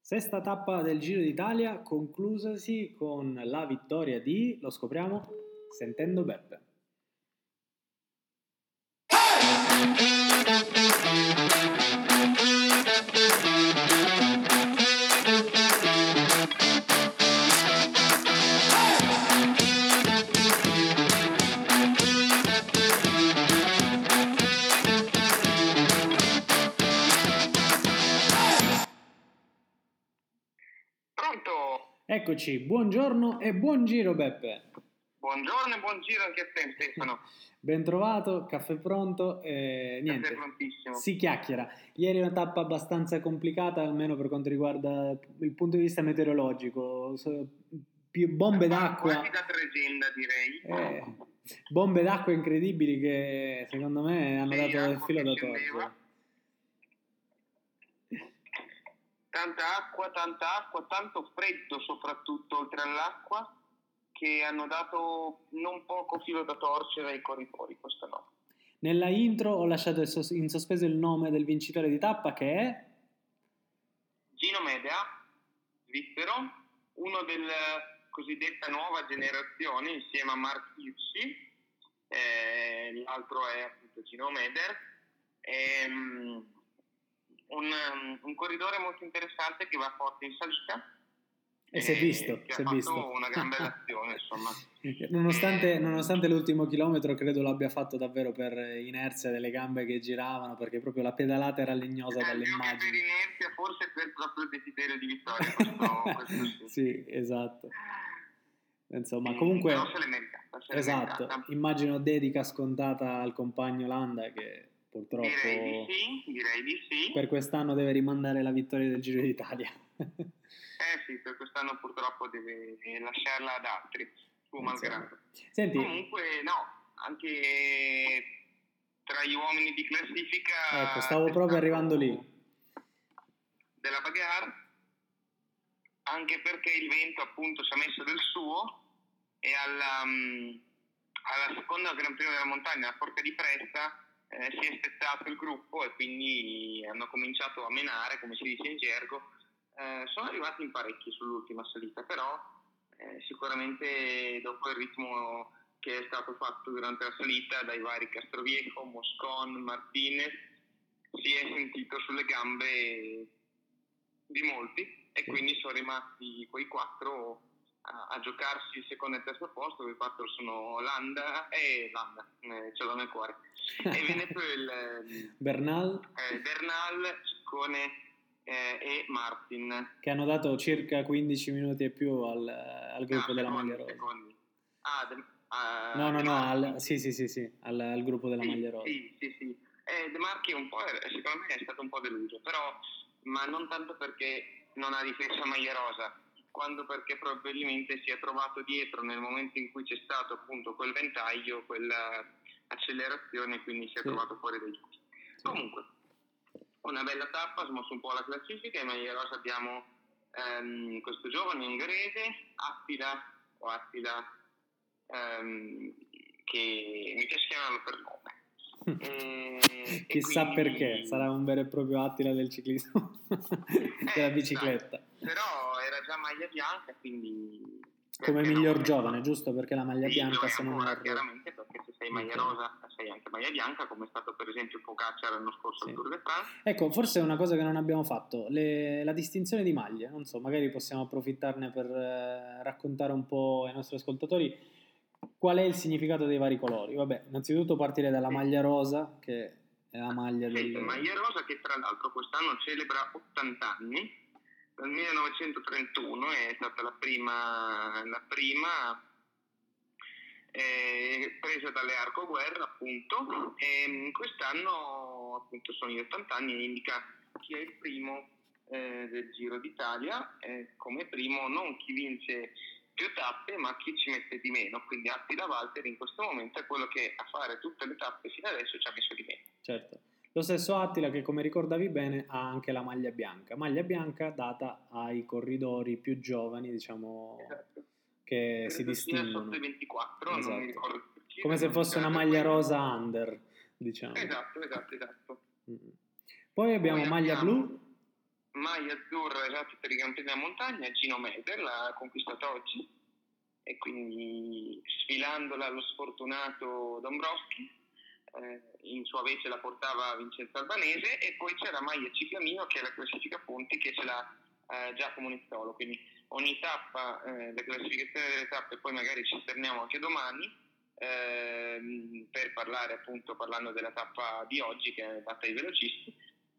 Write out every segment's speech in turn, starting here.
Sesta tappa del Giro d'Italia conclusasi con la vittoria di, lo scopriamo sentendo Beppe. Eccoci, buongiorno e buon giro Beppe. Buongiorno e buon giro anche a te Stefano. Ben trovato, caffè pronto e niente, prontissimo. Si chiacchiera. Ieri una tappa abbastanza complicata, almeno per quanto riguarda il punto di vista meteorologico, più bombe d'acqua. Quasi da tregenda direi. Bombe d'acqua incredibili che secondo me hanno dato il filo da torcere. Tanta acqua, tanto freddo soprattutto oltre all'acqua, che hanno dato non poco filo da torcere ai corridori questa notte. Nella intro ho lasciato in sospeso il nome del vincitore di tappa, che è Gino Medea, svizzero, uno della cosiddetta nuova generazione insieme a Mark Hirschi, l'altro è appunto Gino Meder. Un corridore molto interessante che va forte in salita e si è visto, che ha fatto una gran bella azione insomma. Nonostante l'ultimo chilometro credo l'abbia fatto davvero per inerzia delle gambe che giravano, perché proprio la pedalata era legnosa dalle immagini. Per inerzia, forse per proprio il desiderio di vittoria, questo sì, esatto. Insomma, comunque però se l'è meritata, esatto, immagino dedica scontata al compagno Landa, che purtroppo direi di sì. Per quest'anno deve rimandare la vittoria del Giro d'Italia. Sì, per quest'anno purtroppo deve lasciarla ad altri, suo malgrado. Senti, comunque anche tra gli uomini di classifica, ecco, stavo proprio arrivando lì, della bagarre, anche perché il vento appunto si è messo del suo e alla seconda Gran Premio della Montagna, a Forca di Presta, si è spezzato il gruppo e quindi hanno cominciato a menare, come si dice in gergo. Sono arrivati in parecchi sull'ultima salita, però sicuramente dopo il ritmo che è stato fatto durante la salita dai vari Castroviejo, Moscon, Martinez, si è sentito sulle gambe di molti e quindi sono rimasti quei quattro a giocarsi il secondo e il terzo posto. Quei quattro sono Landa, ce l'ho nel cuore, e Veneto Bernal, Ciccone e Martin, che hanno dato circa 15 minuti e più al gruppo della maglia rosa. Al gruppo della maglia rosa. Sì. De Marchi secondo me è stato un po' deluso, però ma non tanto perché non ha difeso maglia rosa, quando perché probabilmente si è trovato dietro nel momento in cui c'è stato appunto quel ventaglio, quella accelerazione, quindi si è trovato fuori dai giochi. Sì. Comunque, una bella tappa, smosso un po' la classifica. In maglia rosa abbiamo questo giovane ungherese, Attila, che mi piace chiamarlo per nome. Chissà perché, sarà un vero e proprio Attila del ciclismo, della bicicletta. Però era già maglia bianca, quindi come miglior giovane, giusto? Perché la maglia bianca, se non erro, chiaramente, perché se sei maglia rosa sei anche maglia bianca, come è stato per esempio Pogacar l'anno scorso al Tour de France. Ecco, forse è una cosa che non abbiamo fatto, la distinzione di maglie, non so, magari possiamo approfittarne per raccontare un po' ai nostri ascoltatori qual è il significato dei vari colori. Vabbè, innanzitutto partire dalla maglia rosa, che è la maglia maglia rosa che tra l'altro quest'anno celebra 80 anni, dal 1931 è stata la prima presa dalle Arcoguerra appunto, e quest'anno appunto sono gli 80 anni e indica chi è il primo del Giro d'Italia, come primo non chi vince più tappe ma chi ci mette di meno, quindi Attila Valtteri in questo momento è quello che a fare tutte le tappe fino adesso ci ha messo di meno. Certo, lo stesso Attila che, come ricordavi bene, ha anche la maglia bianca data ai corridori più giovani, diciamo, esatto, che si distinguono sotto i 24, esatto. Non mi ricordo perché, come se fosse una maglia rosa under, diciamo. Esatto. Poi abbiamo maglia blu maglia azzurra esatto per i Gran Premi della montagna, Gino Meder l'ha conquistata oggi, e quindi sfilandola lo sfortunato Dombrowski, in sua vece la portava Vincenzo Albanese, e poi c'è la maglia ciclamino che è la classifica punti che ce l'ha Giacomo Nizzolo, quindi ogni tappa, la classificazione delle tappe poi magari ci fermiamo anche domani per parlare appunto, parlando della tappa di oggi che è fatta ai velocisti,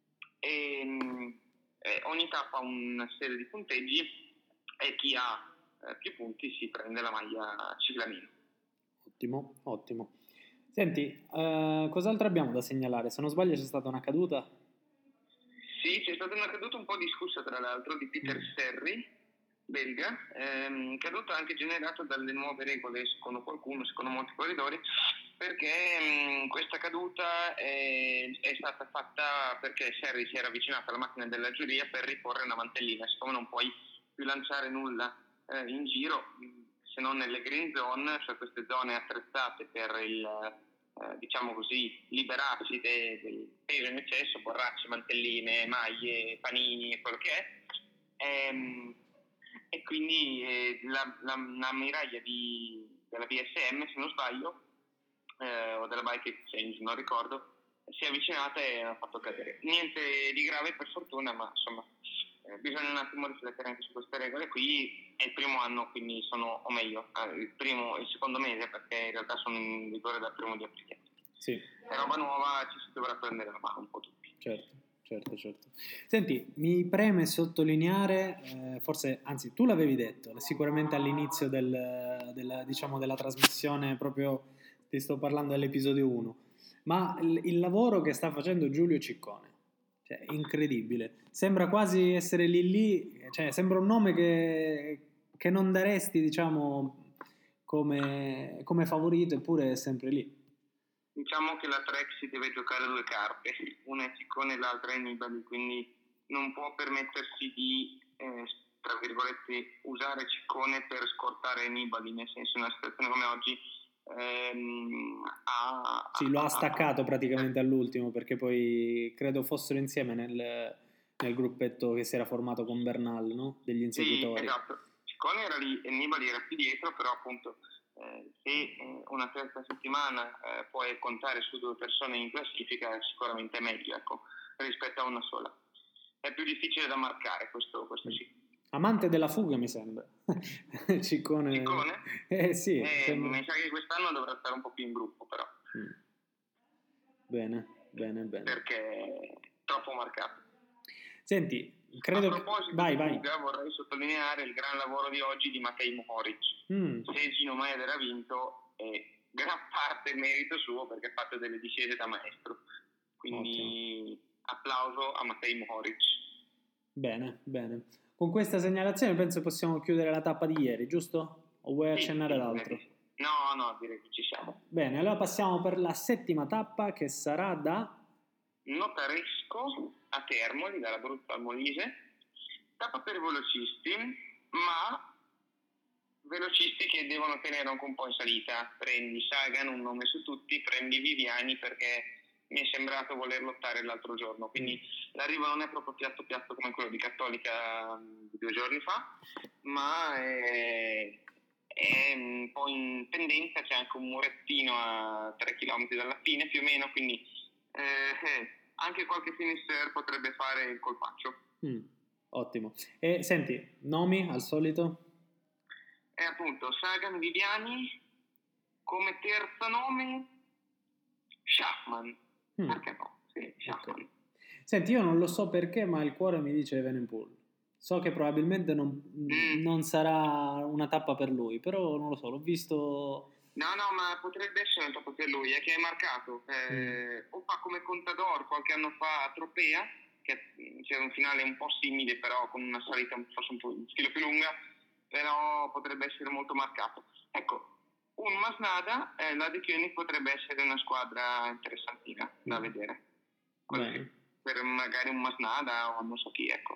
e ogni tappa ha una serie di punteggi e chi ha più punti si prende la maglia ciclamino. Ottimo, ottimo. Senti, cos'altro abbiamo da segnalare? Se non sbaglio c'è stata una caduta. Sì, c'è stata una caduta un po' discussa tra l'altro di Peter Serri, belga, caduta anche generata dalle nuove regole secondo qualcuno, secondo molti corridori, perché questa caduta è stata fatta perché Serri si era avvicinato alla macchina della giuria per riporre una mantellina. Siccome non puoi più lanciare nulla in giro se non nelle green zone, cioè queste zone attrezzate per il diciamo così, liberarsi del peso in eccesso, borracce, mantelline, maglie, panini e quello che è. E quindi l'ammiraglia della BSM, se non sbaglio, o della Bike Exchange, non ricordo, si è avvicinata e ha fatto cadere. Niente di grave per fortuna, ma insomma bisogna un attimo riflettere anche su queste regole qui. È il primo anno, quindi sono, o meglio, il secondo mese, perché in realtà sono in vigore dal 1 aprile. Sì. È roba nuova, ci si dovrà prendere la mano un po' tutti. Certo. Senti, mi preme sottolineare, forse, anzi tu l'avevi detto, sicuramente all'inizio della trasmissione, proprio ti sto parlando dell'episodio 1, ma il lavoro che sta facendo Giulio Ciccone, cioè incredibile, sembra quasi essere lì, cioè sembra un nome che non daresti, diciamo, come favorito, eppure è sempre lì. Diciamo che la Trek si deve giocare due carte, una è Ciccone e l'altra è Nibali, quindi non può permettersi di, tra virgolette, usare Ciccone per scortare Nibali, nel senso, in una situazione come oggi sì, lo ha staccato praticamente all'ultimo, perché poi credo fossero insieme nel gruppetto che si era formato con Bernal, no? Degli inseguitori. Sì, esatto. Ciccone era lì e Nibali era più dietro, però appunto se una terza settimana puoi contare su due persone in classifica sicuramente è meglio, ecco, rispetto a una sola. È più difficile da marcare, questo sì. Amante della fuga, mi sembra. Ciccone? Sì. Mi sa che quest'anno dovrà stare un po' più in gruppo, però. Bene. Perché è troppo marcato. Senti, credo a proposito di fuga, vorrei sottolineare il gran lavoro di oggi di Matej Mohoric. Se Gino Meder ha vinto è gran parte merito suo, perché ha fatto delle discese da maestro, quindi ottimo. Applauso a Matej Mohoric. Bene. Con questa segnalazione penso possiamo chiudere la tappa di ieri, giusto? O vuoi accennare ad altro? No, direi che ci siamo. Bene, allora passiamo per la settima tappa, che sarà da Notaresco a Termoli, dall'Abruzzo al Molise. Tappa per velocisti, ma velocisti che devono tenere anche un po' in salita. Prendi Sagan, un nome su tutti, prendi Viviani, perché mi è sembrato voler lottare l'altro giorno, quindi l'arrivo non è proprio piatto come quello di Cattolica 2 giorni fa, ma è un po' in tendenza. C'è anche un murettino a 3 km dalla fine più o meno, quindi anche qualche finisher potrebbe fare il colpaccio. Ottimo. E senti, nomi al solito? È appunto Sagan, Viviani, come terzo nome Schachmann. Perché no? Sì, Schachmann. Okay. Senti, io non lo so perché, ma il cuore mi dice Evenepoel. So che probabilmente non sarà una tappa per lui, però non lo so, l'ho visto. No, ma potrebbe essere una tappa per lui, è che è marcato. O fa come Contador qualche anno fa a Tropea, che c'era un finale un po' simile, però con una salita forse un po' in stile più lunga, però potrebbe essere molto marcato. Ecco, un Masnada, la De Koenig potrebbe essere una squadra interessantina da vedere. Per magari un Masnada o non so chi, ecco.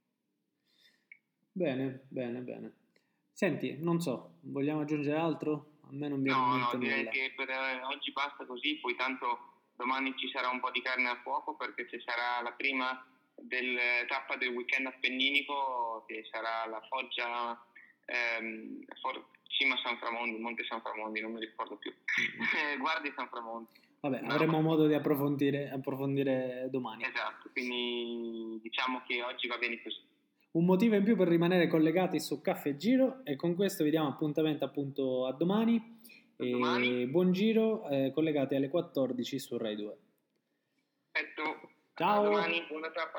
Bene. Senti, non so, vogliamo aggiungere altro? A me non viene in mente nulla. No, direi che per oggi basta così, poi tanto domani ci sarà un po' di carne al fuoco, perché ci sarà la prima tappa del weekend appenninico, che sarà la Foggia Cima San Framondi, Monte San Framondi, non mi ricordo più. Guardi San Framondi. Vabbè, avremo modo di approfondire domani. Esatto, quindi diciamo che oggi va bene così. Un motivo in più per rimanere collegati su Caffè Giro, e con questo vi diamo appuntamento appunto a domani. E buon giro, collegati alle 14 su Rai 2. Perfetto. Ciao. A domani, buona tappa.